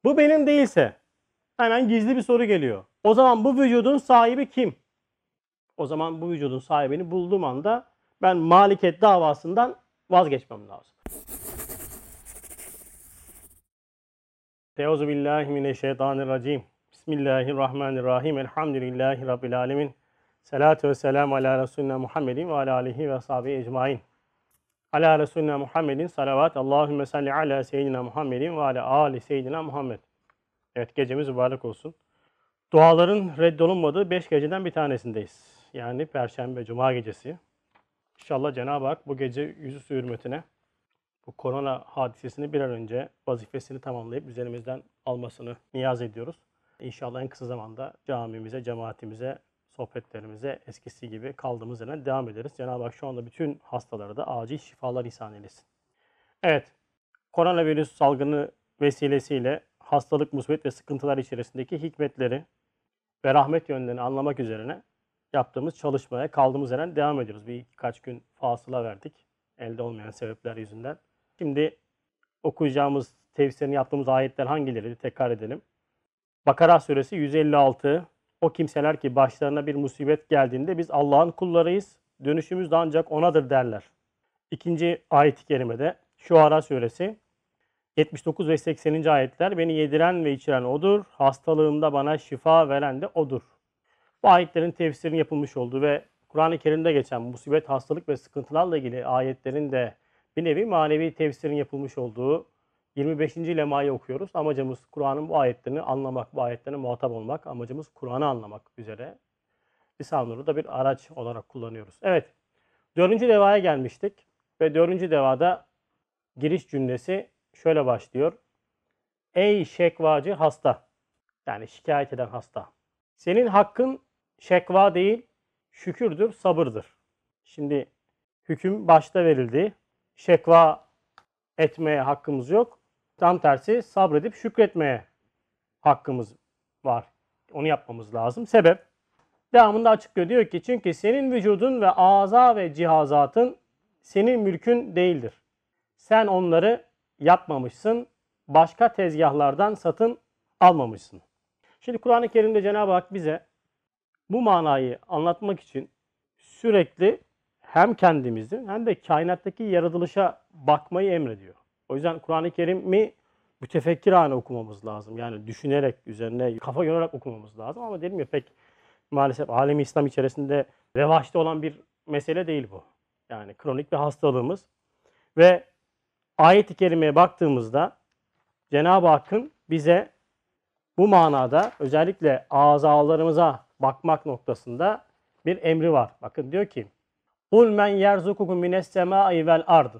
Bu benim değilse hemen gizli bir soru geliyor. O zaman bu vücudun sahibi kim? O zaman bu vücudun sahibini bulduğum anda ben maliket davasından vazgeçmem lazım. Euzubillahimineşşeytanirracim. Bismillahirrahmanirrahim. Elhamdülillahi Rabbil alemin. Salatu ve selamu ala Resulina Muhammedin ve ala alihi ve sahibi ecmain. Ala Resulina Muhammedin salavat. Allahümme salli ala seyyidina Muhammedin ve ala ali seyyidina Muhammed. Evet, gecemiz mübarek olsun. Duaların reddolunmadığı 5 geceden bir tanesindeyiz. Yani Perşembe, Cuma gecesi. İnşallah Cenab-ı Hak bu gece yüzü hürmetine bu korona hadisesini bir an önce vazifesini tamamlayıp üzerimizden almasını niyaz ediyoruz. İnşallah en kısa zamanda camimize, cemaatimize, sohbetlerimize eskisi gibi kaldığımız yerden devam ederiz. Cenab-ı Hak şu anda bütün hastalara da acil şifalar ihsan eylesin. Evet, koronavirüs salgını vesilesiyle hastalık, musibet ve sıkıntılar içerisindeki hikmetleri ve rahmet yönlerini anlamak üzerine yaptığımız çalışmaya kaldığımız yerden devam ediyoruz. Birkaç gün fasıla verdik elde olmayan sebepler yüzünden. Şimdi okuyacağımız, tefsirini yaptığımız ayetler hangileri? Tekrar edelim. Bakara suresi 156. O kimseler ki başlarına bir musibet geldiğinde biz Allah'ın kullarıyız, dönüşümüz de ancak O'nadır derler. İkinci ayet-i kerimede Şuara suresi 79 ve 80. ayetler beni yediren ve içiren O'dur, hastalığımda bana şifa veren de O'dur. Bu ayetlerin tefsirinin yapılmış olduğu ve Kur'an-ı Kerim'de geçen musibet, hastalık ve sıkıntılarla ilgili ayetlerin de bir nevi manevi tefsirin yapılmış olduğu 25. lemayı okuyoruz. Amacımız Kur'an'ın bu ayetlerini anlamak, bu ayetlerine muhatap olmak. Amacımız Kur'an'ı anlamak üzere. Risale-i Nur'u da bir araç olarak kullanıyoruz. Evet, 4. devaya gelmiştik. Ve 4. devada giriş cümlesi şöyle başlıyor. Ey şekvacı hasta, yani şikayet eden hasta. Senin hakkın şekva değil, şükürdür, sabırdır. Şimdi hüküm başta verildi. Şekva etmeye hakkımız yok. Tam tersi sabredip şükretmeye hakkımız var. Onu yapmamız lazım. Sebep? Devamında açıklıyor. Diyor ki çünkü senin vücudun ve aza ve cihazatın senin mülkün değildir. Sen onları yapmamışsın. Başka tezgahlardan satın almamışsın. Şimdi Kur'an-ı Kerim'de Cenab-ı Hak bize bu manayı anlatmak için sürekli hem kendimizi hem de kainattaki yaratılışa bakmayı emrediyor. O yüzden Kur'an-ı Kerim'i mütefekkirane okumamız lazım. Yani düşünerek, üzerine kafa yorarak okumamız lazım. Ama dedim ya pek maalesef alemi İslam içerisinde revaçta olan bir mesele değil bu. Yani kronik bir hastalığımız. Ve ayet-i kerimeye baktığımızda Cenab-ı Hakk'ın bize bu manada özellikle azalarımıza bakmak noktasında bir emri var. Bakın diyor ki قُلْ مَنْ يَرْزُقُكُمْ مِنَ السَّمَاءِ وَالْاَرْضِ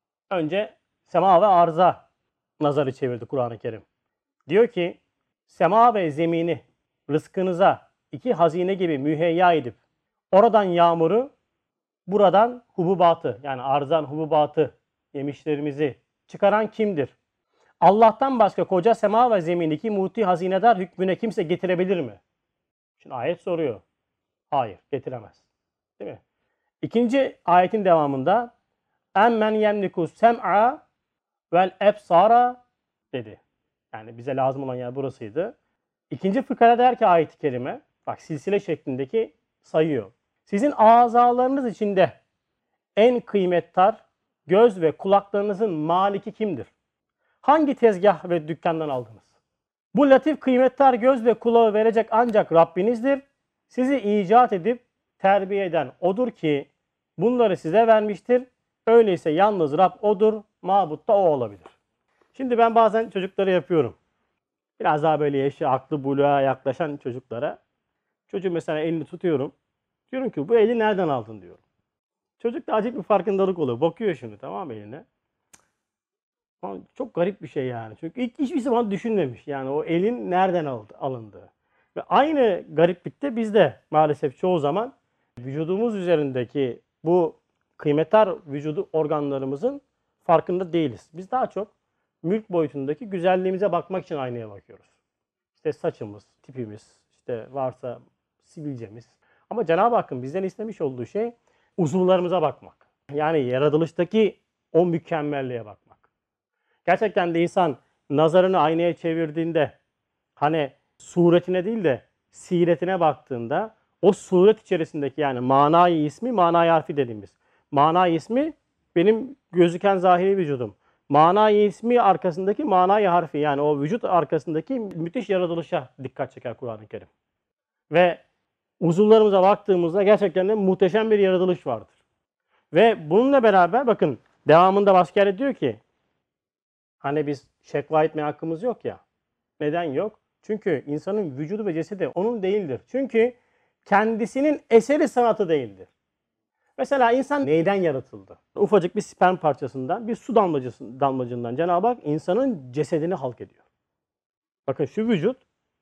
Önce sema ve arza nazarı çevirdi Kur'an-ı Kerim. Diyor ki sema ve zemini rızkınıza iki hazine gibi müheyya edip oradan yağmuru, buradan hububatı yani arzdan hububatı, yemişlerimizi çıkaran kimdir? Allah'tan başka koca sema ve zemindeki muti hazinedar hükmüne kimse getirebilir mi? Şimdi ayet soruyor. Hayır, getiremez. Değil mi? İkinci ayetin devamında emmen yemliku sem'a vel ebsara dedi. Yani bize lazım olan yer burasıydı. İkinci fıkrada der ki ayet-i kerime, bak silsile şeklindeki sayıyor. Sizin azalarınız içinde en kıymettar göz ve kulaklarınızın maliki kimdir? Hangi tezgah ve dükkandan aldınız? Bu latif kıymettar göz ve kulağı verecek ancak Rabbinizdir. Sizi icat edip terbiye eden O'dur ki bunları size vermiştir. Öyleyse yalnız Rab O'dur, mabut da O olabilir. Şimdi ben bazen çocuklara yapıyorum. Biraz daha böyle yaşı, aklı, buluğa yaklaşan çocuklara. Çocuğun mesela elini tutuyorum. Diyorum ki bu eli nereden aldın diyorum. Çocukta acayip bir farkındalık oluyor. Bakıyor şimdi tamam mı eline. Çok garip bir şey yani. Çünkü hiçbir zaman düşünmemiş. Yani o elin nereden alındığı. Ve aynı gariplikte bizde maalesef çoğu zaman vücudumuz üzerindeki bu kıymetli vücudu organlarımızın farkında değiliz. Biz daha çok mülk boyutundaki güzelliğimize bakmak için aynaya bakıyoruz. İşte saçımız, tipimiz, işte varsa sivilcemiz. Ama Cenab-ı Hakk'ın bizden istemiş olduğu şey uzuvlarımıza bakmak. Yani yaratılıştaki o mükemmelliğe bakmak. Gerçekten de insan nazarını aynaya çevirdiğinde hani suretine değil de siretine baktığında o suret içerisindeki yani manayı ismi, manayı harfi dediğimiz. Manayı ismi benim gözüken zahiri vücudum. Manayı ismi arkasındaki manayı harfi yani o vücut arkasındaki müthiş yaratılışa dikkat çeker Kur'an-ı Kerim. Ve uzuvlarımıza baktığımızda gerçekten de muhteşem bir yaratılış vardır. Ve bununla beraber bakın devamında başka yerde diyor ki hani biz şekva etmeye hakkımız yok ya. Neden yok? Çünkü insanın vücudu ve cesedi onun değildir. Çünkü kendisinin eseri sanatı değildir. Mesela insan neyden yaratıldı? Ufacık bir sperm parçasından, bir su damlacığından Cenab-ı Hak insanın cesedini halk ediyor. Bakın şu vücut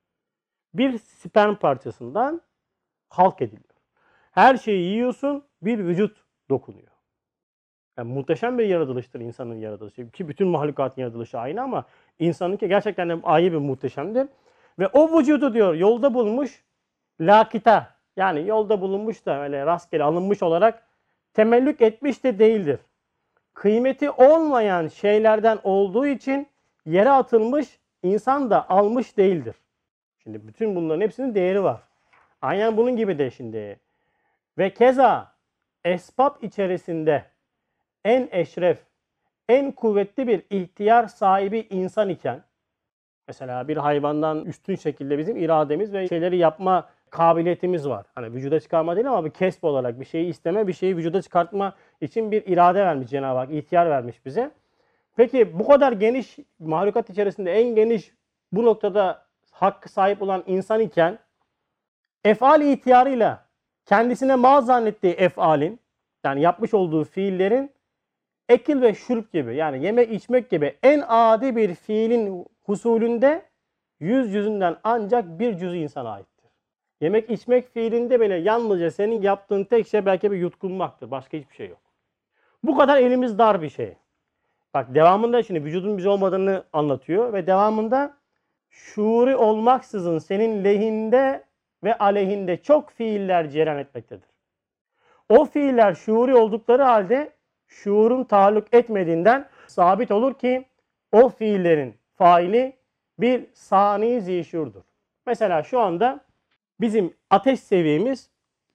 bir sperm parçasından halk ediliyor. Her şeyi yiyorsun, bir vücut dokunuyor. Yani muhteşem bir yaratılıştır insanın yaratılışı. Ki bütün mahlukatın yaratılışı aynı ama insanınki gerçekten de ayrı bir muhteşemdir. Ve o vücudu diyor yolda bulmuş lakita yani yolda bulunmuş da öyle rastgele alınmış olarak temellük etmiş de değildir. Kıymeti olmayan şeylerden olduğu için yere atılmış insan da almış değildir. Şimdi bütün bunların hepsinin değeri var. Aynen bunun gibi de şimdi. Ve keza esbab içerisinde en eşref, en kuvvetli bir ihtiyar sahibi insan iken mesela bir hayvandan üstün şekilde bizim irademiz ve şeyleri yapma kabiliyetimiz var. Hani vücuda çıkarma değil ama bir kesb olarak bir şeyi isteme, bir şeyi vücuda çıkartma için bir irade vermiş Cenab-ı Hak, ihtiyar vermiş bize. Peki bu kadar geniş mahlukat içerisinde en geniş bu noktada hakkı sahip olan insan iken efal ihtiyarıyla kendisine mal zannettiği efalin yani yapmış olduğu fiillerin ekil ve şurp gibi yani yemek içmek gibi en adi bir fiilin husulünde yüzünden ancak bir cüzü insana aittir. Yemek içmek fiilinde bile yalnızca senin yaptığın tek şey belki bir yutkunmaktır. Başka hiçbir şey yok. Bu kadar elimiz dar bir şey. Bak devamında şimdi vücudun bize olmadığını anlatıyor ve devamında şuuri olmaksızın senin lehinde ve aleyhinde çok fiiller cereyan etmektedir. O fiiller şuuri oldukları halde şuurun taalluk etmediğinden sabit olur ki o fiillerin faili bir sani zişurdur. Mesela şu anda bizim ateş seviyemiz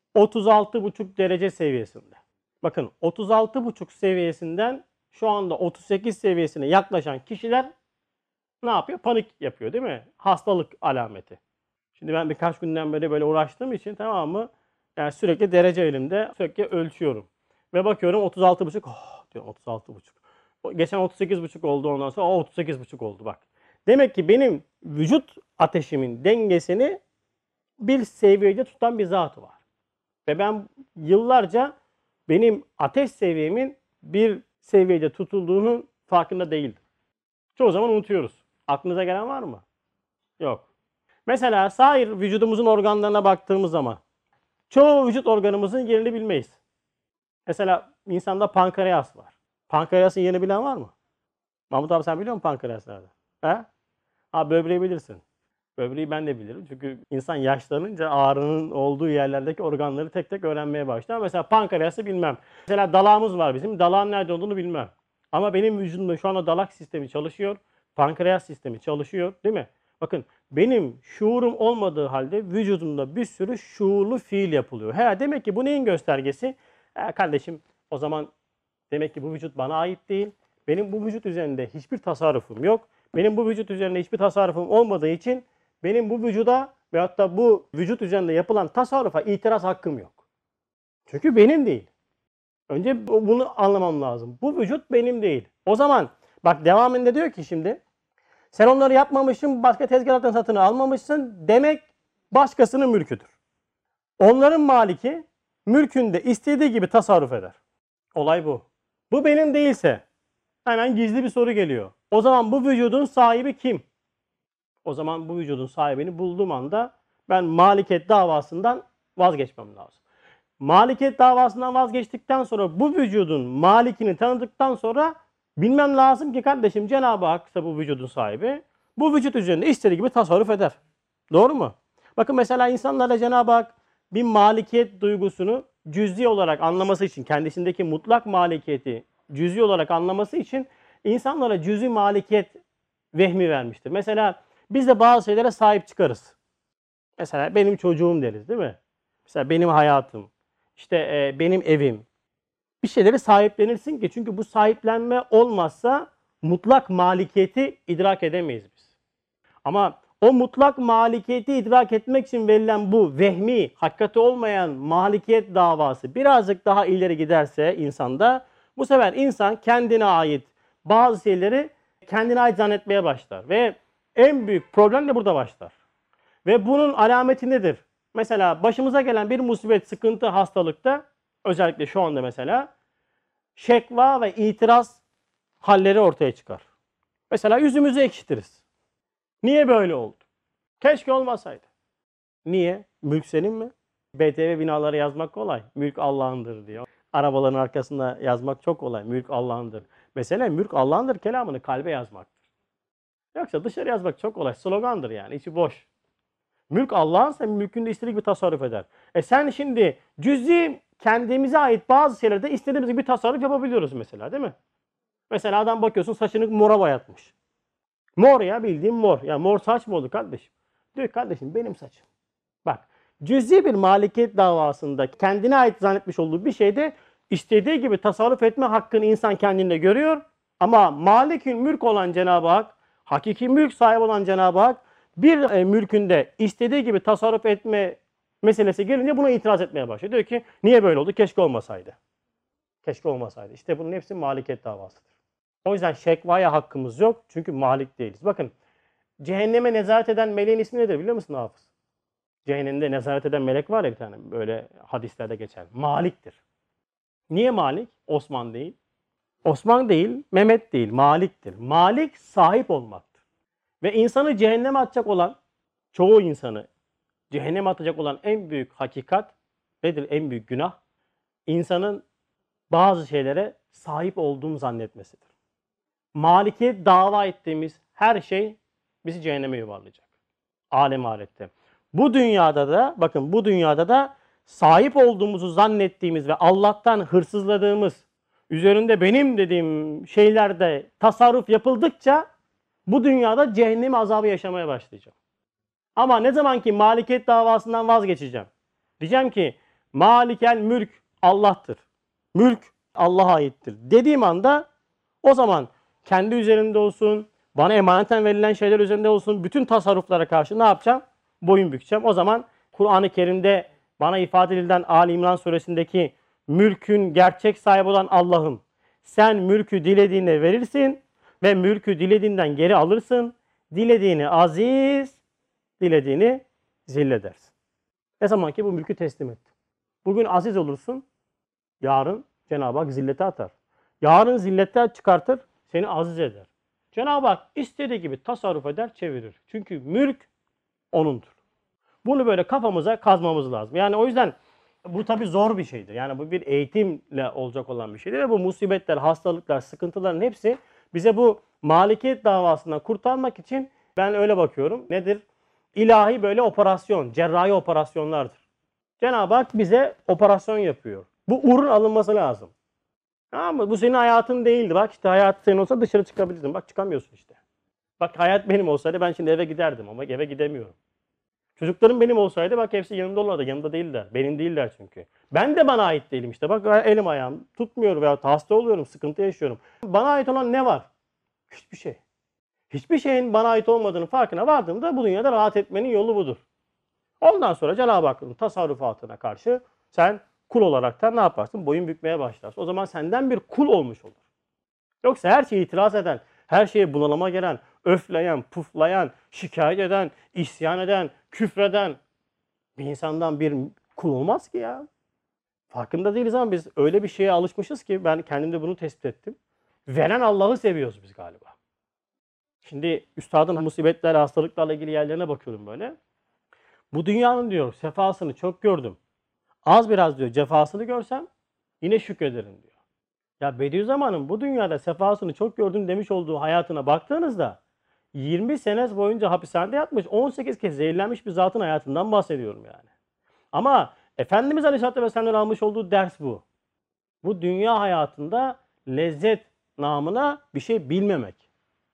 36,5 derece seviyesinde. Bakın 36,5 seviyesinden şu anda 38 seviyesine yaklaşan kişiler ne yapıyor? Panik yapıyor değil mi? Hastalık alameti. Şimdi ben birkaç günden beri böyle uğraştığım için tamam mı? Yani sürekli derece elimde sürekli ölçüyorum. Ve bakıyorum 36,5 diyorum 36,5. Geçen 38,5 oldu ondan sonra 38,5 oldu bak. Demek ki benim vücut ateşimin dengesini bir seviyede tutan bir zat var. Ve ben yıllarca benim ateş seviyemin bir seviyede tutulduğunun farkında değildim. Çoğu zaman unutuyoruz. Aklınıza gelen var mı? Yok. Mesela sair vücudumuzun organlarına baktığımız zaman çoğu vücut organımızın yerini bilmeyiz. Mesela insanda pankreas var. Pankreasın yerini bilen var mı? Mahmut abi sen biliyor musun pankreas nerede? He? Ha böbreği bilirsin. Böbreği ben de bilirim. Çünkü insan yaşlanınca ağrının olduğu yerlerdeki organları tek tek öğrenmeye başlıyor. Mesela pankreası bilmem. Mesela dalağımız var bizim. Dalağın nerede olduğunu bilmem. Ama benim vücudumda şu anda dalak sistemi çalışıyor. Pankreas sistemi çalışıyor. Değil mi? Bakın benim şuurum olmadığı halde vücudumda bir sürü şuurlu fiil yapılıyor. Demek ki bu neyin göstergesi? Kardeşim o zaman demek ki bu vücut bana ait değil. Benim bu vücut üzerinde hiçbir tasarrufum yok. Benim bu vücut üzerinde hiçbir tasarrufum olmadığı için benim bu vücuda veyahut da bu vücut üzerinde yapılan tasarrufa itiraz hakkım yok. Çünkü benim değil. Önce bunu anlamam lazım. Bu vücut benim değil. O zaman bak devamında diyor ki şimdi sen onları yapmamışsın, başka tezgahlardan satın almamışsın demek başkasının mülküdür. Onların maliki mülkünde istediği gibi tasarruf eder. Olay bu. Bu benim değilse hemen gizli bir soru geliyor. O zaman bu vücudun sahibi kim? O zaman bu vücudun sahibini bulduğum anda ben malikiyet davasından vazgeçmem lazım. Malikiyet davasından vazgeçtikten sonra bu vücudun malikini tanıdıktan sonra bilmem lazım ki kardeşim Cenab-ı Hak ise bu vücudun sahibi. Bu vücut üzerinde istediği gibi tasarruf eder. Doğru mu? Bakın mesela insanlara Cenab-ı Hak bir malikiyet duygusunu cüz'i olarak anlaması için, kendisindeki mutlak malikiyeti cüz'i olarak anlaması için insanlara cüz'i malikiyet vehmi vermiştir. Mesela biz de bazı şeylere sahip çıkarız. Mesela benim çocuğum deriz, değil mi? Mesela benim hayatım, işte benim evim. Bir şeyleri sahiplenirsin ki çünkü bu sahiplenme olmazsa mutlak malikiyeti idrak edemeyiz biz. Ama o mutlak malikiyeti idrak etmek için verilen bu vehmi, hakikati olmayan malikiyet davası birazcık daha ileri giderse insanda, bu sefer insan kendine ait bazı şeyleri kendine ait zannetmeye başlar. Ve en büyük problem de burada başlar. Ve bunun alameti nedir? Mesela başımıza gelen bir musibet, sıkıntı, hastalıkta, özellikle şu anda mesela, şekva ve itiraz halleri ortaya çıkar. Mesela yüzümüzü ekşitiriz. Niye böyle oldu? Keşke olmasaydı. Niye? Mülk senin mi? BTV binaları yazmak kolay. Mülk Allah'ındır diyor. Arabaların arkasında yazmak çok kolay. Mülk Allah'ındır. Mesela mülk Allah'ındır kelamını kalbe yazmaktır. Yoksa dışarı yazmak çok kolay. Slogandır yani. İçi boş. Mülk Allah'ınsa mülkünde istediği gibi tasarruf eder. Sen şimdi cüz'i kendimize ait bazı şeylerde istediğimiz gibi tasarruf yapabiliyoruz mesela, değil mi? Mesela adam bakıyorsun saçını mora boyatmış. Mor ya, bildiğin mor. Ya mor saç mı olur kardeşim? Diyor kardeşim benim saçım. Bak, cüz'i bir malikiyet davasında kendine ait zannetmiş olduğu bir şeyde istediği gibi tasarruf etme hakkını insan kendinde görüyor. Ama malikül mülk olan Cenab-ı Hak, hakiki mülk sahibi olan Cenab-ı Hak bir mülkünde istediği gibi tasarruf etme meselesi gelince buna itiraz etmeye başlıyor. Diyor ki niye böyle oldu? Keşke olmasaydı. Keşke olmasaydı. İşte bunun hepsi malikiyet davasıdır. O yüzden şekvaya hakkımız yok. Çünkü malik değiliz. Bakın, cehenneme nezaret eden meleğin ismi nedir biliyor musun Hafız? Cehennemde nezaret eden melek var ya bir tane, böyle hadislerde geçer. Malik'tir. Niye Malik? Osman değil. Osman değil, Mehmet değil. Malik'tir. Malik sahip olmaktır. Ve insanı cehenneme atacak olan, çoğu insanı cehenneme atacak olan en büyük hakikat nedir? En büyük günah, İnsanın bazı şeylere sahip olduğunu zannetmesidir. Malikiyet dava ettiğimiz her şey bizi cehenneme yuvarlayacak. Alem ahirette. Bu dünyada da, bakın bu dünyada da sahip olduğumuzu zannettiğimiz ve Allah'tan hırsızladığımız, üzerinde benim dediğim şeylerde tasarruf yapıldıkça bu dünyada cehennem azabı yaşamaya başlayacağım. Ama ne zaman ki malikiyet davasından vazgeçeceğim. Diyeceğim ki malikel mülk Allah'tır. Mülk Allah'a aittir dediğim anda, o zaman kendi üzerimde olsun, bana emaneten verilen şeyler üzerinde olsun, bütün tasarruflara karşı ne yapacağım? Boyun bükeceğim. O zaman Kur'an-ı Kerim'de bana ifade edilen Ali İmran suresindeki mülkün gerçek sahibi olan Allah'ım, sen mülkü dilediğine verirsin ve mülkü dilediğinden geri alırsın. Dilediğini aziz, dilediğini zilledersin. Ne zaman ki bu mülkü teslim ettin. Bugün aziz olursun, yarın Cenab-ı Hak zillete atar. Yarın zillete çıkartır, seni aziz eder. Cenab-ı Hak istediği gibi tasarruf eder, çevirir. Çünkü mülk O'nundur. Bunu böyle kafamıza kazmamız lazım. Yani o yüzden bu tabii zor bir şeydir. Yani bu bir eğitimle olacak olan bir şeydir. Ve bu musibetler, hastalıklar, sıkıntıların hepsi bize bu malikiyet davasından kurtarmak için, ben öyle bakıyorum. Nedir? İlahi böyle operasyon, cerrahi operasyonlardır. Cenab-ı Hak bize operasyon yapıyor. Bu urun alınması lazım. Ama bu senin hayatın değildi. Bak işte hayat senin olsa dışarı çıkabilirdin. Bak çıkamıyorsun işte. Bak hayat benim olsaydı ben şimdi eve giderdim ama eve gidemiyorum. Çocuklarım benim olsaydı bak hepsi yanımda olurdu. Yanımda değiller. Benim değiller çünkü. Ben de bana ait değilim işte. Bak elim ayağım tutmuyor veya hasta oluyorum, sıkıntı yaşıyorum. Bana ait olan ne var? Hiçbir şey. Hiçbir şeyin bana ait olmadığının farkına vardığımda bu dünyada rahat etmenin yolu budur. Ondan sonra Cenab-ı Hakk'ın tasarrufatına karşı sen kul olarak da ne yaparsın? Boyun bükmeye başlarsın. O zaman senden bir kul olmuş olur. Yoksa her şeye itiraz eden, her şeye bunalıma gelen, öfleyen, puflayan, şikayet eden, isyan eden, küfreden bir insandan bir kul olmaz ki ya. Farkında değiliz ama biz öyle bir şeye alışmışız ki ben kendimde bunu tespit ettim. Veren Allah'ı seviyoruz biz galiba. Şimdi üstadın musibetler, hastalıklarla ilgili yerlerine bakıyorum böyle. Bu dünyanın diyor sefasını çok gördüm. Az biraz diyor cefasını görsem yine şükrederim diyor. Ya Bediüzzaman'ın bu dünyada sefasını çok gördüm demiş olduğu hayatına baktığınızda 20 sene boyunca hapishanede yatmış, 18 kez zehirlenmiş bir zatın hayatından bahsediyorum yani. Ama Efendimiz Aleyhisselatü Vesselam'dan almış olduğu ders bu. Bu dünya hayatında lezzet namına bir şey bilmemek.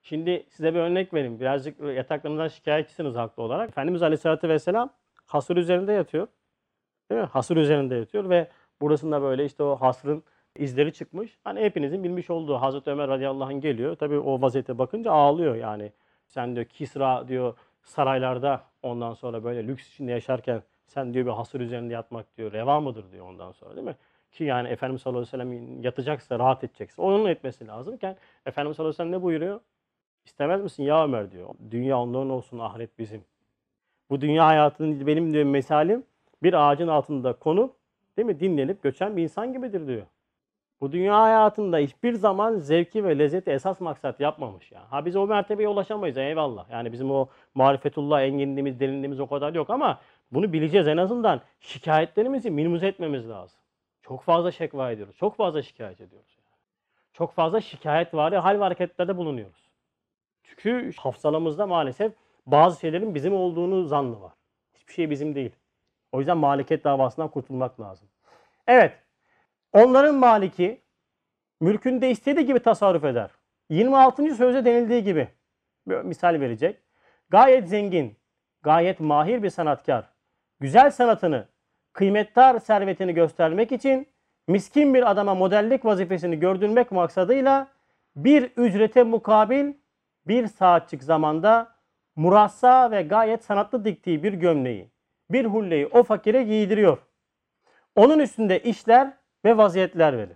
Şimdi size bir örnek vereyim. Birazcık yataklarından şikayetçisiniz haklı olarak. Efendimiz Aleyhisselatü Vesselam hasır üzerinde yatıyor. Değil mi? Hasır üzerinde yatıyor ve burasında böyle işte o hasrın izleri çıkmış. Hani hepinizin bilmiş olduğu Hazreti Ömer radıyallahu anh geliyor. Tabii o vaziyete bakınca ağlıyor yani. Sen diyor Kisra diyor saraylarda ondan sonra böyle lüks içinde yaşarken sen diyor bir hasır üzerinde yatmak diyor reva mıdır diyor ondan sonra değil mi? Ki yani Efendimiz sallallahu aleyhi ve sellem yatacaksa, rahat edecekse onun etmesi lazımken Efendimiz sallallahu aleyhi ve sellem ne buyuruyor? İstemez misin ya Ömer diyor. Dünya onların olsun, ahiret bizim. Bu dünya hayatının benim diyor mesalim bir ağacın altında konup değil mi dinlenip göçen bir insan gibidir diyor. Bu dünya hayatında hiçbir zaman zevki ve lezzeti esas maksat yapmamış ya. Ha biz o mertebeye ulaşamayız eyvallah. Yani bizim o marifetullah enginliğimiz, derinliğimiz o kadar yok ama bunu bileceğiz en azından. Şikayetlerimizi minimize etmemiz lazım. Çok fazla şekva ediyoruz. Çok fazla şikayet ediyoruz. Yani. Çok fazla şikayet var ya hal ve hareketlerde bulunuyoruz. Çünkü hafızalarımızda maalesef bazı şeylerin bizim olduğunu zannı var. Hiçbir şey bizim değil. O yüzden maliket davasından kurtulmak lazım. Evet. Onların maliki mülkünde istediği gibi tasarruf eder. 26. sözde denildiği gibi bir misal verecek. Gayet zengin, gayet mahir bir sanatkar, güzel sanatını, kıymetdar servetini göstermek için miskin bir adama modellik vazifesini gördürmek maksadıyla bir ücrete mukabil bir saatçik zamanda murassa ve gayet sanatlı diktiği bir gömleği, bir hulleyi o fakire giydiriyor. Onun üstünde işler ve vaziyetler verir.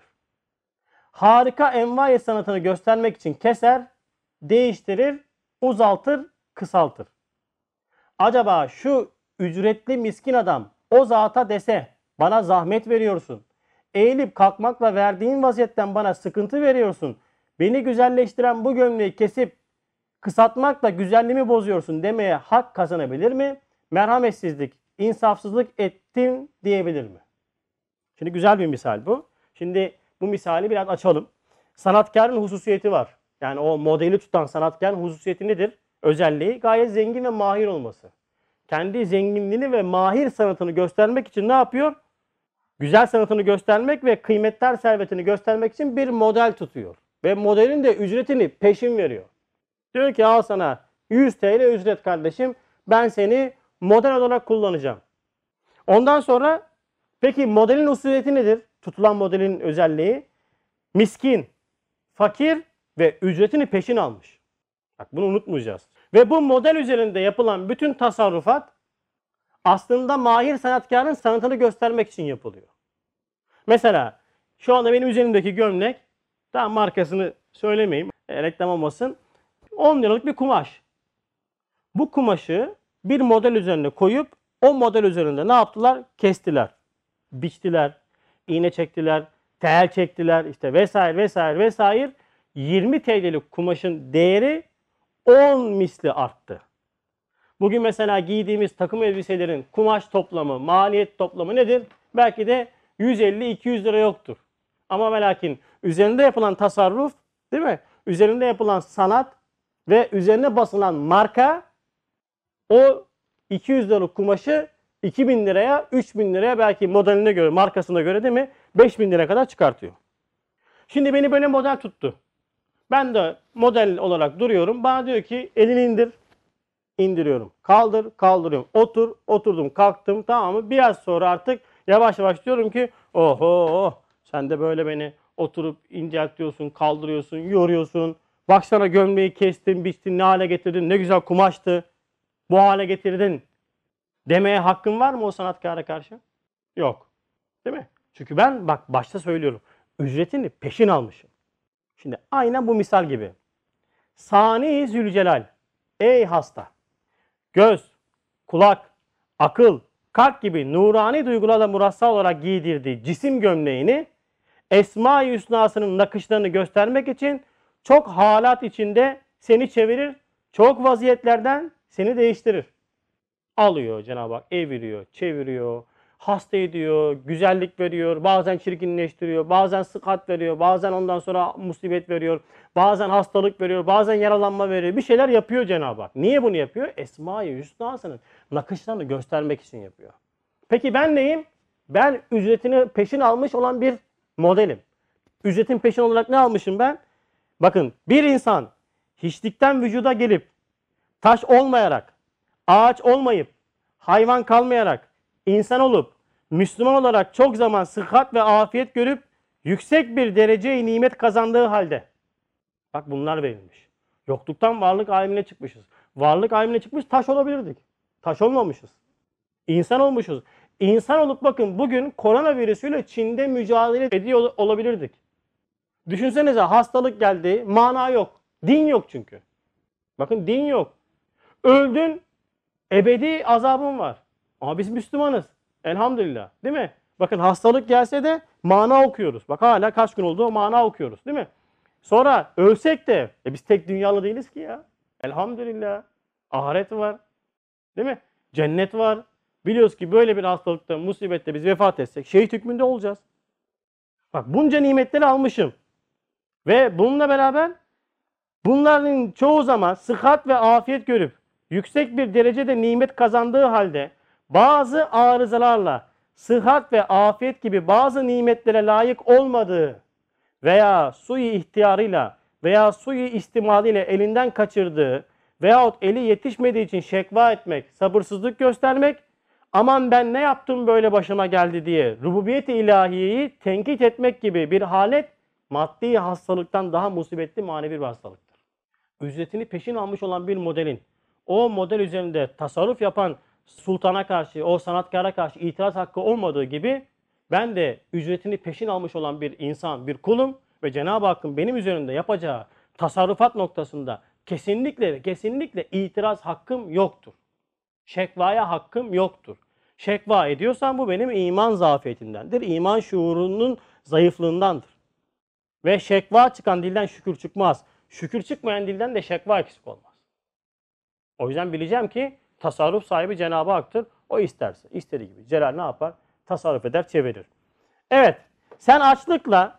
Harika envai sanatını göstermek için keser, değiştirir, uzaltır, kısaltır. Acaba şu ücretli miskin adam o zata dese bana zahmet veriyorsun. Eğilip kalkmakla verdiğin vaziyetten bana sıkıntı veriyorsun. Beni güzelleştiren bu gömleği kesip kısaltmakla güzelliğimi bozuyorsun demeye hak kazanabilir mi? Merhametsizlik, insafsızlık ettin diyebilir mi? Şimdi güzel bir misal bu. Şimdi bu misali biraz açalım. Sanatkarın hususiyeti var. Yani o modeli tutan sanatkarın hususiyeti nedir? Özelliği gayet zengin ve mahir olması. Kendi zenginliğini ve mahir sanatını göstermek için ne yapıyor? Güzel sanatını göstermek ve kıymetler servetini göstermek için bir model tutuyor. Ve modelin de ücretini peşin veriyor. Diyor ki al sana 100 TL ücret kardeşim. Ben seni model olarak kullanacağım. Ondan sonra peki modelin hususiyeti nedir? Tutulan modelin özelliği miskin, fakir ve ücretini peşin almış. Bak bunu unutmayacağız. Ve bu model üzerinde yapılan bütün tasarrufat aslında mahir sanatkarın sanatını göstermek için yapılıyor. Mesela şu anda benim üzerimdeki gömlek, daha markasını söylemeyeyim, reklam olmasın, 10 liralık bir kumaş. Bu kumaşı bir model üzerine koyup o model üzerinde ne yaptılar? Kestiler, biçtiler, iğne çektiler, tel çektiler işte vesaire vesaire vesaire. 20 TL'lik kumaşın değeri 10 misli arttı. Bugün mesela giydiğimiz takım elbiselerin kumaş toplamı, maliyet toplamı nedir? Belki de 150-200 lira yoktur. Ama ve lakin üzerinde yapılan tasarruf, değil mi? Üzerinde yapılan sanat ve üzerine basılan marka o 200 liralık kumaşı 2000 liraya, 3000 liraya belki modeline göre, markasına göre değil mi? 5000 liraya kadar çıkartıyor. Şimdi beni böyle model tuttu. Ben de model olarak duruyorum. Bana diyor ki elini indir. İndiriyorum. Kaldır, kaldırıyorum. Otur, oturdum, kalktım. Tamam mı? Biraz sonra artık yavaş yavaş diyorum ki oho sen de böyle beni oturup inceltiyorsun, kaldırıyorsun, yoruyorsun. Baksana gömleği kestin, biçtin, ne hale getirdin, ne güzel kumaştı. Bu hale getirdin demeye hakkın var mı o sanatkara karşı? Yok. Değil mi? Çünkü ben bak başta söylüyorum. Ücretini peşin almışım. Şimdi aynen bu misal gibi. Sani Zülcelal. Ey hasta. Göz, kulak, akıl, kalp gibi nurani duygularla murassa olarak giydirdiği cisim gömleğini Esma-i Hüsna'sının nakışlarını göstermek için çok halat içinde seni çevirir, çok vaziyetlerden seni değiştirir. Alıyor Cenab-ı Hak, eviriyor, çeviriyor, hasta ediyor, güzellik veriyor, bazen çirkinleştiriyor, bazen sıhhat veriyor, bazen ondan sonra musibet veriyor, bazen hastalık veriyor, bazen yaralanma veriyor. Bir şeyler yapıyor Cenab-ı Hak. Niye bunu yapıyor? Esma-i Hüsna'sının nakışlarını göstermek için yapıyor. Peki ben neyim? Ben ücretini peşin almış olan bir modelim. Ücretin peşin olarak ne almışım ben? Bakın bir insan hiçlikten vücuda gelip, taş olmayarak, ağaç olmayıp, hayvan kalmayarak, insan olup, Müslüman olarak çok zaman sıhhat ve afiyet görüp, yüksek bir dereceye nimet kazandığı halde. Bak bunlar verilmiş. Yokluktan varlık alemine çıkmışız. Varlık alemine çıkmış taş olabilirdik. Taş olmamışız. İnsan olmuşuz. İnsan olup bakın bugün koronavirüsüyle Çin'de mücadele ediyor olabilirdik. Düşünsenize hastalık geldi, mana yok. Din yok çünkü. Bakın din yok. Öldün, ebedi azabın var. Ama biz Müslümanız. Elhamdülillah. Değil mi? Bakın hastalık gelse de mana okuyoruz. Bak hala kaç gün oldu mana okuyoruz. Değil mi? Sonra ölsek de biz tek dünyalı değiliz ki ya. Elhamdülillah. Ahiret var. Değil mi? Cennet var. Biliyoruz ki böyle bir hastalıkta, musibette biz vefat etsek şehit hükmünde olacağız. Bak bunca nimetleri almışım. Ve bununla beraber bunların çoğu zaman sıhhat ve afiyet görüp yüksek bir derecede nimet kazandığı halde bazı arızalarla sıhhat ve afiyet gibi bazı nimetlere layık olmadığı veya suyu ihtiyarıyla veya suyu istimaliyle elinden kaçırdığı veyahut eli yetişmediği için şekva etmek, sabırsızlık göstermek, aman ben ne yaptım böyle başıma geldi diye rububiyet-i ilahiyeyi tenkit etmek gibi bir halet maddi hastalıktan daha musibetli manevi bir hastalıktır. Ücretini peşin almış olan bir modelin o model üzerinde tasarruf yapan sultana karşı, o sanatkara karşı itiraz hakkı olmadığı gibi ben de ücretini peşin almış olan bir insan, bir kulum ve Cenab-ı Hakk'ın benim üzerinde yapacağı tasarrufat noktasında kesinlikle itiraz hakkım yoktur. Şekvaya hakkım yoktur. Şekva ediyorsam bu benim iman zafiyetimdendir. İman şuurunun zayıflığındandır. Ve şekva çıkan dilden şükür çıkmaz. Şükür çıkmayan dilden de şekva eksik olmaz. O yüzden bileceğim ki tasarruf sahibi Cenab-ı Hak'tır. O isterse, istediği gibi. Celal ne yapar? Tasarruf eder, çevirir. Evet, sen açlıkla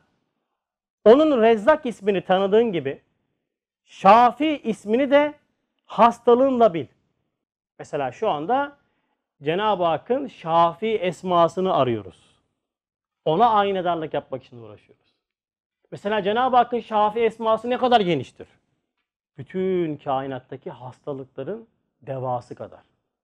onun Rezzak ismini tanıdığın gibi Şafi ismini de hastalığınla bil. Mesela şu anda Cenab-ı Hakk'ın Şafi esmasını arıyoruz. Ona aynedarlık yapmak için uğraşıyoruz. Mesela Cenab-ı Hakk'ın Şafi esması ne kadar geniştir? Bütün kainattaki hastalıkların devası kadar.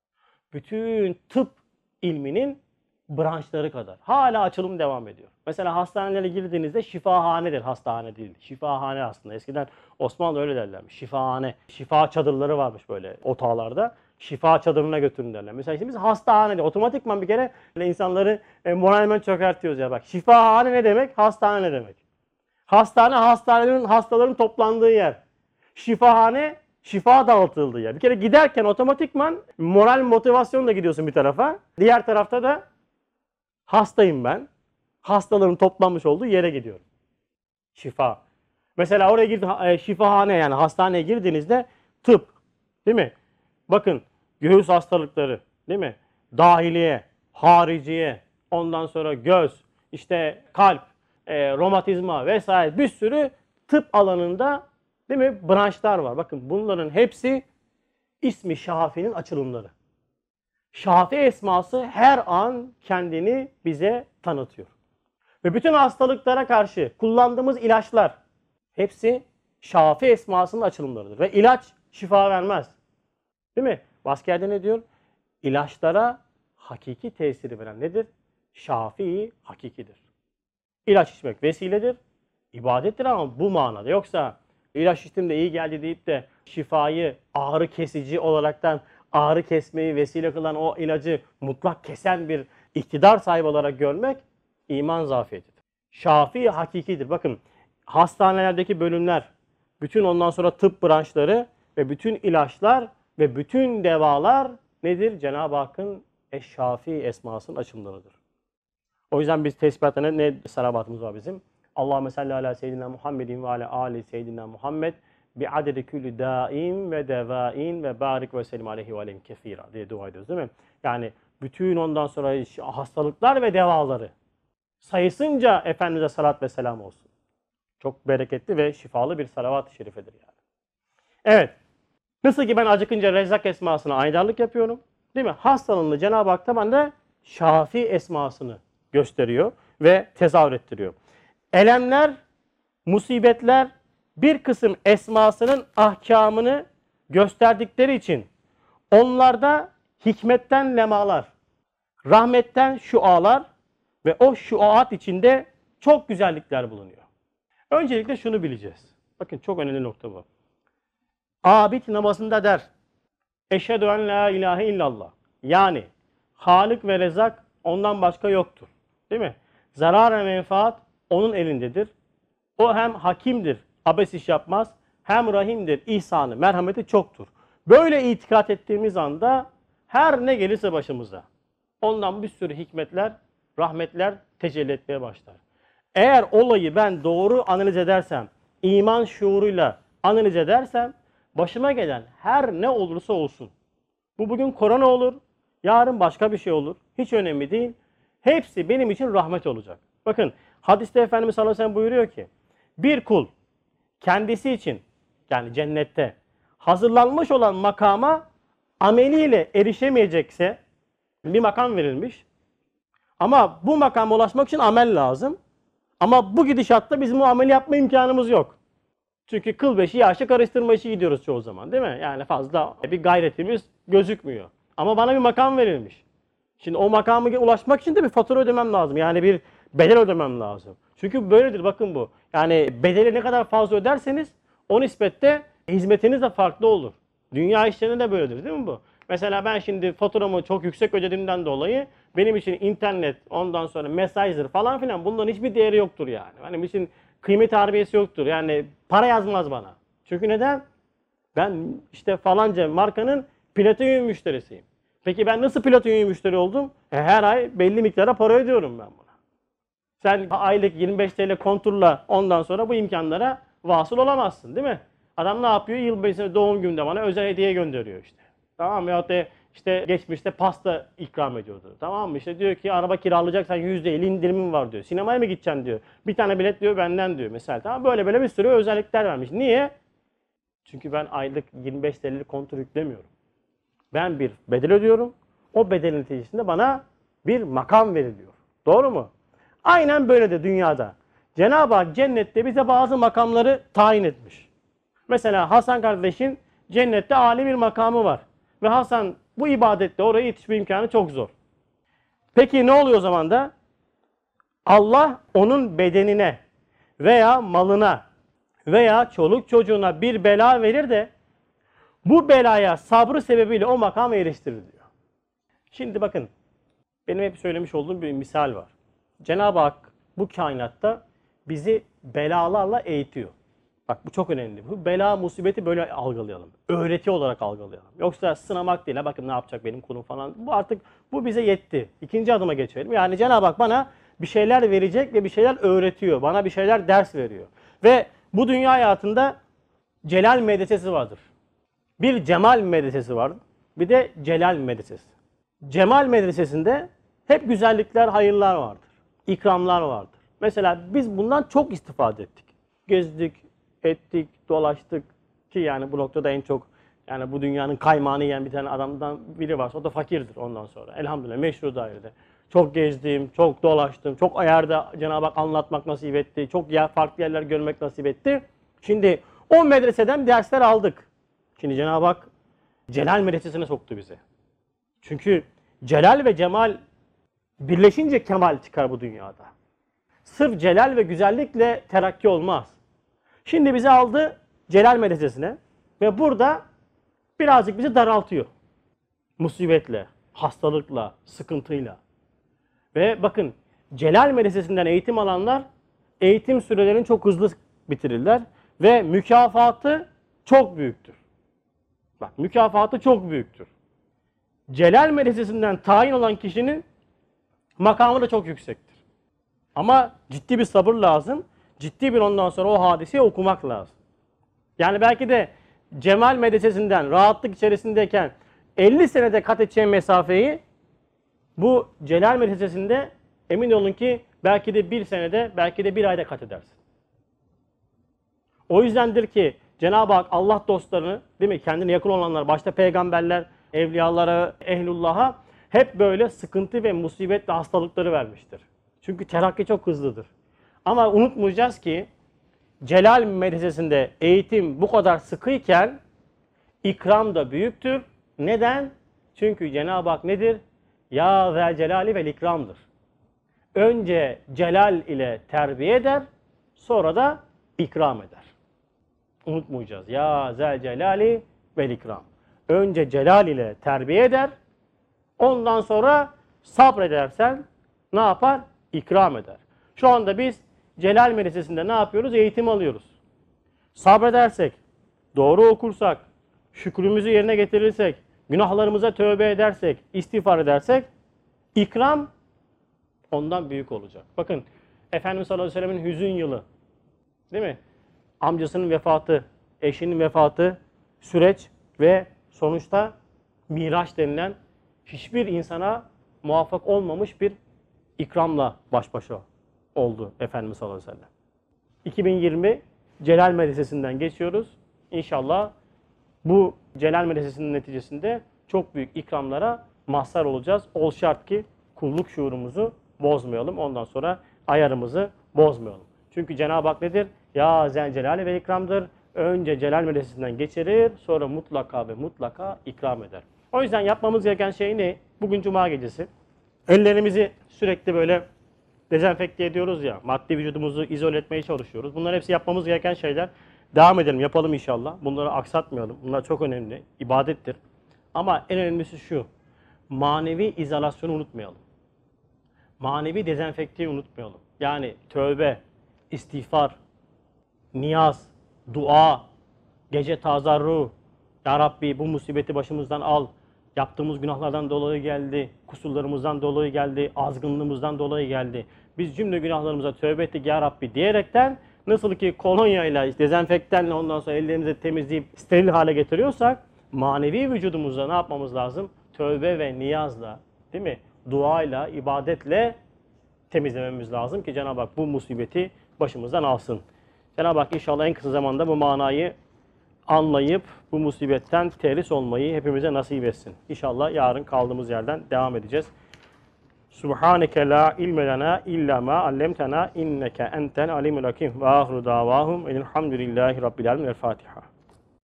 Bütün tıp ilminin branşları kadar. Hala açılım devam ediyor. Mesela hastanelere girdiğinizde şifahanedir, hastane değil. Şifahane aslında. Eskiden Osmanlı öyle derlermiş. Şifahane. Şifa çadırları varmış böyle otağlarda. Şifa çadırına götürün derler. Mesela şimdi biz hastane, otomatikman bir kere insanları moralmen çökertiyoruz ya. Bak şifahane ne demek? Hastane ne demek? Hastane, hastaların toplandığı yer. Şifahane, şifa dağıtıldığı yer. Bir kere giderken otomatikman moral motivasyonla gidiyorsun bir tarafa. Diğer tarafta da hastayım ben. Hastaların toplanmış olduğu yere gidiyorum. Şifa. Mesela oraya şifahane yani hastaneye girdiğinizde tıp. Değil mi? Bakın göğüs hastalıkları. Değil mi? Dahiliye, hariciye, ondan sonra göz, işte kalp, romatizma vesaire bir sürü tıp alanında değil mi? Branşlar var. Bakın bunların hepsi ismi Şafi'nin açılımları. Şafi esması her an kendini bize tanıtıyor. Ve bütün hastalıklara karşı kullandığımız ilaçlar hepsi Şafi esmasının açılımlarıdır. Ve ilaç şifa vermez. Değil mi? Başka yerde ne diyor? İlaçlara hakiki tesiri veren nedir? Şafii hakikidir. İlaç içmek vesiledir, ibadettir ama bu manada. Yoksa ilaç içtim de iyi geldi deyip de şifayı ağrı kesici olaraktan ağrı kesmeyi vesile kılan o ilacı mutlak kesen bir iktidar sahibi olarak görmek iman zafiyetidir. Şafii hakikidir. Bakın hastanelerdeki bölümler, bütün ondan sonra tıp branşları ve bütün ilaçlar ve bütün devalar nedir? Cenab-ı Hakk'ın Eş-Şafi esmasının açımlarıdır. O yüzden biz tesbihatta ne salavatımız var bizim? Allahümme salli ala seyyidina Muhammedin ve ala ali seyyidina Muhammed bi adedi külü daim ve devain ve barik ve selim aleyhi ve aleyhim kefira diye dua ediyoruz değil mi? Yani bütün ondan sonra hastalıklar ve devaları sayısınca Efendimiz'e salat ve selam olsun. Çok bereketli ve şifalı bir salavat-ı şerifedir yani. Evet. Nasıl ki ben acıkınca Rezzak esmasına aydarlık yapıyorum. Değil mi? Hastalığında Cenab-ı Hak da bana Şafi esmasını gösteriyor ve tezahür ettiriyor. Elemler, musibetler bir kısım esmasının ahkamını gösterdikleri için onlarda hikmetten lemalar, rahmetten şualar ve o şuaat içinde çok güzellikler bulunuyor. Öncelikle şunu bileceğiz. Bakın çok önemli nokta bu. Abid namazında der. Eşhedü en la ilahe illallah. Yani Halik ve Rezak ondan başka yoktur. Değil mi? Zarar ve menfaat onun elindedir. O hem hakimdir, abes iş yapmaz. Hem rahimdir, ihsanı, merhameti çoktur. Böyle itikat ettiğimiz anda her ne gelirse başımıza ondan bir sürü hikmetler, rahmetler tecelli etmeye başlar. Eğer olayı ben doğru analiz edersem, iman şuuruyla analiz edersem, başıma gelen her ne olursa olsun, bu bugün korona olur, yarın başka bir şey olur, hiç önemli değil. Hepsi benim için rahmet olacak. Bakın hadiste Efendimiz sallallahu aleyhi ve sellem buyuruyor ki, bir kul kendisi için yani cennette hazırlanmış olan makama ameliyle erişemeyecekse bir makam verilmiş. Ama bu makama ulaşmak için amel lazım. Ama bu gidişatta bizim o ameli yapma imkanımız yok. Çünkü kıl beşi yaşa karıştırma işi gidiyoruz çoğu zaman değil mi? Yani fazla bir gayretimiz gözükmüyor. Ama bana bir makam verilmiş. Şimdi o makama ulaşmak için de bir fatura ödemem lazım. Yani bir bedel ödemem lazım. Çünkü böyledir bakın bu. Yani bedeli ne kadar fazla öderseniz o nispette hizmetiniz de farklı olur. Dünya işlerinde de böyledir değil mi bu? Mesela ben şimdi faturamı çok yüksek ödediğimden dolayı benim için internet, ondan sonra mesajdır falan filan bunların hiçbir değeri yoktur yani. Benim için kıymet harbiyesi yoktur. Yani para yazmaz bana. Çünkü neden? Ben işte falanca markanın platinum müşterisiyim. Peki ben nasıl platinum müşteri oldum? Her ay belli miktara para ödüyorum ben buna. Sen aylık 25 TL konturla ondan sonra bu imkanlara vasıl olamazsın değil mi? Adam ne yapıyor? Yılbaşı doğum gününde bana özel hediye gönderiyor işte. Tamam mı? Ya da işte geçmişte pasta ikram ediyordu. Tamam mı? İşte diyor ki araba kiralayacaksan %50 indirimim var diyor. Sinemaya mı gideceksin diyor. Bir tane bilet diyor benden diyor mesela. Tamam böyle bir sürü özellikler vermiş. Niye? Çünkü ben aylık 25 TL'lik kontur yüklemiyorum. Ben bir bedel ödüyorum. O bedelin neticesinde bana bir makam veriliyor. Doğru mu? Aynen böyle de dünyada. Cenab-ı Hak cennette bize bazı makamları tayin etmiş. Mesela Hasan kardeşin cennette âli bir makamı var. Ve Hasan bu ibadette oraya yetişme imkanı çok zor. Peki ne oluyor o zaman da? Allah onun bedenine veya malına veya çoluk çocuğuna bir bela verir de bu belaya sabrı sebebiyle o makama eriştirir diyor. Şimdi bakın benim hep söylemiş olduğum bir misal var. Cenab-ı Hak bu kainatta bizi belalarla eğitiyor. Bak bu çok önemli. Bu bela musibeti böyle algılayalım. Öğreti olarak algılayalım. Yoksa sınamak değil. Bakın ne yapacak benim kulum falan. Bu artık bu bize yetti. İkinci adıma geçelim. Yani Cenab-ı Hak bana bir şeyler verecek ve bir şeyler öğretiyor. Bana bir şeyler ders veriyor. Ve bu dünya hayatında celal medresesi vardır. Bir cemal medresesi vardır. Bir de celal medresesi. Cemal medresesinde hep güzellikler, hayırlar vardır. İkramlar vardır. Mesela biz bundan çok istifade ettik. Gezdik, ettik, dolaştık ki yani bu noktada en çok yani bu dünyanın kaymağını yiyen bir tane adamdan biri varsa o da fakirdir ondan sonra. Elhamdülillah meşru dairede. Çok gezdim, çok dolaştım, çok ayarda Cenab-ı Hak anlatmak nasip etti. Çok farklı yerler görmek nasip etti. Şimdi o medreseden dersler aldık. Şimdi Cenab-ı Hak Celal medresesine soktu bizi. Çünkü Celal ve Cemal birleşince kemal çıkar bu dünyada. Sırf celal ve güzellikle terakki olmaz. Şimdi bizi aldı Celal medresesine ve burada birazcık bizi daraltıyor. Musibetle, hastalıkla, sıkıntıyla. Ve bakın Celal medresesinden eğitim alanlar eğitim sürelerini çok hızlı bitirirler ve mükafatı çok büyüktür. Bak mükafatı çok büyüktür. Celal medresesinden tayin olan kişinin makamı da çok yüksektir. Ama ciddi bir sabır lazım. Ciddi bir ondan sonra o hadiseyi okumak lazım. Yani belki de Cemal medresesinden rahatlık içerisindeyken 50 senede kat edeceğin mesafeyi bu Celal medresesinde emin olun ki belki de bir senede, belki de bir ayda kat edersin. O yüzdendir ki Cenab-ı Hak Allah dostlarını, değil mi? Kendine yakın olanlar, başta peygamberler, evliyalara, ehlullah'a hep böyle sıkıntı ve musibet ve hastalıkları vermiştir. Çünkü terakki çok hızlıdır. Ama unutmayacağız ki Celal medresesinde eğitim bu kadar sıkıyken ikram da büyüktür. Neden? Çünkü Cenab-ı Hak nedir? Ya zel celali vel ikramdır. Önce celal ile terbiye eder, sonra da ikram eder. Unutmayacağız. Ya zel celali vel ikram. Önce celal ile terbiye eder, ondan sonra sabredersen ne yapar? İkram eder. Şu anda biz Celal Medresesi'nde ne yapıyoruz? Eğitim alıyoruz. Sabredersek, doğru okursak, şükrümüzü yerine getirirsek, günahlarımıza tövbe edersek, istiğfar edersek, ikram ondan büyük olacak. Bakın Efendimiz sallallahu aleyhi ve sellem'in hüzün yılı, değil mi? Amcasının vefatı, eşinin vefatı, süreç ve sonuçta Miraç denilen hiçbir insana muvaffak olmamış bir ikramla baş başa oldu Efendimiz sallallahu aleyhi ve sellem. 2020 Celal Medresesi'nden geçiyoruz. İnşallah bu Celal Medresesi'nin neticesinde çok büyük ikramlara mazhar olacağız. Ol şart ki kulluk şuurumuzu bozmayalım. Ondan sonra ayarımızı bozmayalım. Çünkü Cenab-ı Hak nedir? Ya zel celali ve ikramdır. Önce Celal Medresesi'nden geçirir, sonra mutlaka ve mutlaka ikram eder. O yüzden yapmamız gereken şey ne? Bugün Cuma gecesi. Ellerimizi sürekli böyle dezenfekte ediyoruz ya, maddi vücudumuzu izole etmeye çalışıyoruz. Bunlar hepsi yapmamız gereken şeyler. Devam edelim, yapalım inşallah. Bunları aksatmayalım. Bunlar çok önemli. İbadettir. Ama en önemlisi şu, manevi izolasyonu unutmayalım. Manevi dezenfekteyi unutmayalım. Yani tövbe, istiğfar, niyaz, dua, gece tazarru, Ya Rabbi bu musibeti başımızdan al. Yaptığımız günahlardan dolayı geldi, kusurlarımızdan dolayı geldi, azgınlığımızdan dolayı geldi. Biz cümle günahlarımıza tövbe ettik Ya Rabbi diyerekten nasıl ki kolonyayla, dezenfektanla ondan sonra ellerimizi temizleyip steril hale getiriyorsak manevi vücudumuzda ne yapmamız lazım? Tövbe ve niyazla, değil mi? Duayla, ibadetle temizlememiz lazım ki Cenab-ı Hak bu musibeti başımızdan alsın. Cenab-ı Hak inşallah en kısa zamanda bu manayı anlayıp bu musibetten terhis olmayı hepimize nasip etsin. İnşallah yarın kaldığımız yerden devam edeceğiz. Subhaneke la ilme lena illa ma allamtena inneke entel alimul hakim. Ve ahru davahum elhamdülillahi rabbil alamin. El Fatiha.